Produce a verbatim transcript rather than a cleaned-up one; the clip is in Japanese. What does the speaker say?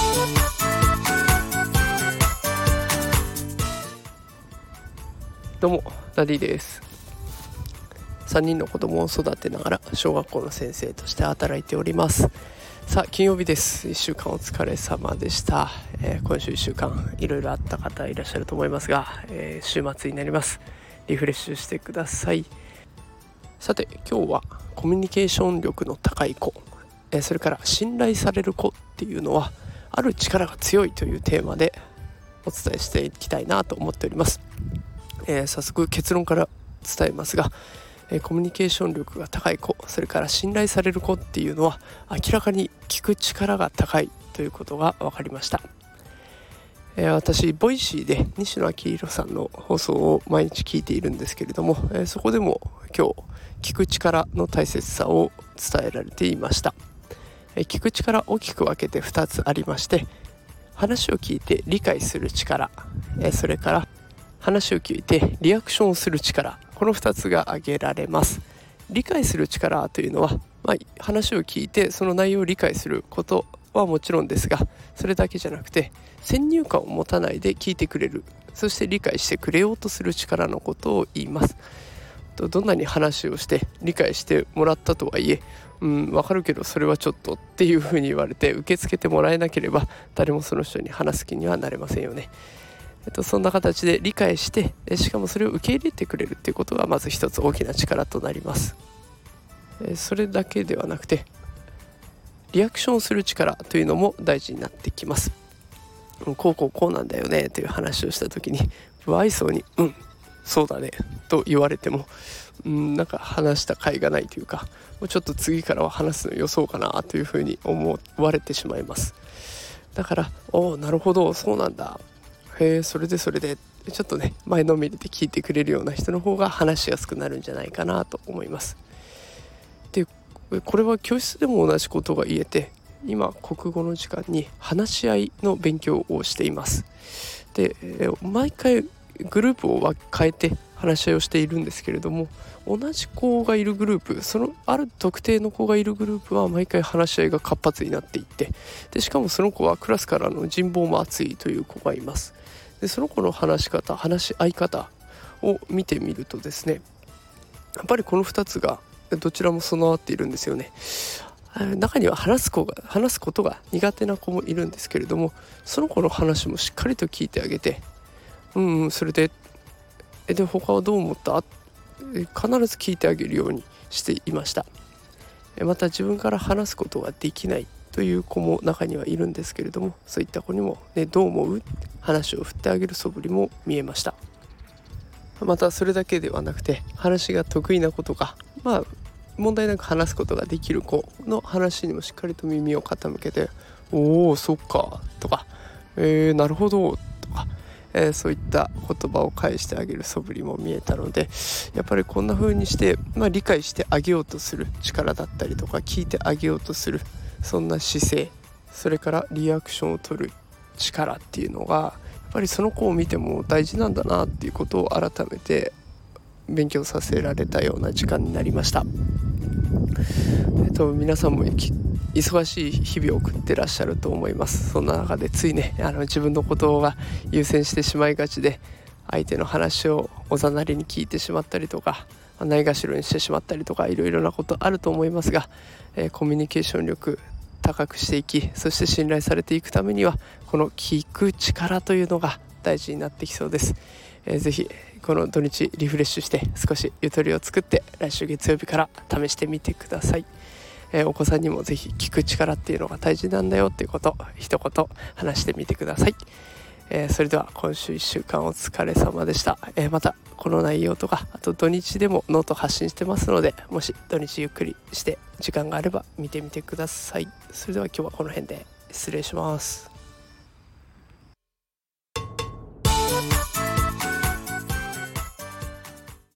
どうもダディです。さんにんの子供を育てながら小学校の先生として働いております。さあ金曜日です。いっしゅうかんお疲れ様でした。えー、今週いっしゅうかんいろいろあった方いらっしゃると思いますが、えー、週末になります。リフレッシュしてください。さて今日はコミュニケーション力の高い子、えー、それから信頼される子っていうのはある力が強いというテーマでお伝えしていきたいなと思っております。えー、早速結論から伝えますが、えー、コミュニケーション力が高い子、それから信頼される子っていうのは明らかに聞く力が高いということが分かりました。えー、私ボイシーで西野昭弘さんの放送を毎日聞いているんですけれども、えー、そこでも今日聞く力の大切さを伝えられていました。えー、聞く力大きく分けてふたつありまして、話を聞いて理解する力、えー、それから話を聞いてリアクションをする力、このふたつが挙げられます。理解する力というのは、まあ、話を聞いてその内容を理解することはもちろんですが、それだけじゃなくて先入観を持たないで聞いてくれる、そして理解してくれようとする力のことを言います。どんなに話をして理解してもらったとはいえ、うん、分かるけどそれはちょっとっていうふうに言われて受け付けてもらえなければ誰もその人に話す気にはなれませんよね。えっと、そんな形で理解して、しかもそれを受け入れてくれるっていうことがまず一つ大きな力となります。えそれだけではなくてリアクションする力というのも大事になってきます。こうこうこうなんだよねという話をした時に不愛想にうんそうだねと言われても、うん、なんか話した甲斐がないというか、もうちょっと次からは話すのよそうかなというふうに思われてしまいます。だからおなるほどそうなんだ、へえそれでそれでちょっとね前のめりで聞いてくれるような人の方が話しやすくなるんじゃないかなと思います。でこれは教室でも同じことが言えて、今国語の時間に話し合いの勉強をしています。で毎回グループを変えて話し合いをしているんですけれども、同じ子がいるグループ、そのある特定の子がいるグループは毎回話し合いが活発になっていって、でしかもその子はクラスからの人望も厚いという子がいます。でその子の話し方話し合い方を見てみるとですね、やっぱりこのふたつがどちらも備わっているんですよね。中には話す子が話すことが苦手な子もいるんですけれども、その子の話もしっかりと聞いてあげて、うん、うん、それでえで他はどう思った？必ず聞いてあげるようにしていました。また自分から話すことができないという子も中にはいるんですけれども、そういった子にも、ね、どう思う？話を振ってあげる素振りも見えました。またそれだけではなくて、話が得意な子とか、まあ問題なく話すことができる子の話にもしっかりと耳を傾けて、おおそっかとか、えー、なるほどとか、えー、そういった言葉を返してあげる素振りも見えたので、やっぱりこんな風にして、まあ、理解してあげようとする力だったりとか、聞いてあげようとするそんな姿勢、それからリアクションを取る力っていうのがやっぱりその子を見ても大事なんだなっていうことを改めて勉強させられたような時間になりました。えっと、皆さんも忙しい日々を送ってらっしゃると思います。そんな中でついねあの自分のことが優先してしまいがちで、相手の話をおざなりに聞いてしまったりとか、ないがしろにしてしまったりとか、いろいろなことあると思いますが、えー、コミュニケーション力高くしていき、そして信頼されていくためにはこの聞く力というのが大事になってきそうです。えー、ぜひこの土日リフレッシュして少しゆとりを作って、来週月曜日から試してみてください。えー、お子さんにもぜひ聞く力っていうのが大事なんだよっていうこと一言話してみてください。えー、それでは今週いっしゅうかんお疲れ様でした。えー、またこの内容とか、あと土日でもノート発信してますので、もし土日ゆっくりして時間があれば見てみてください。それでは今日はこの辺で失礼します。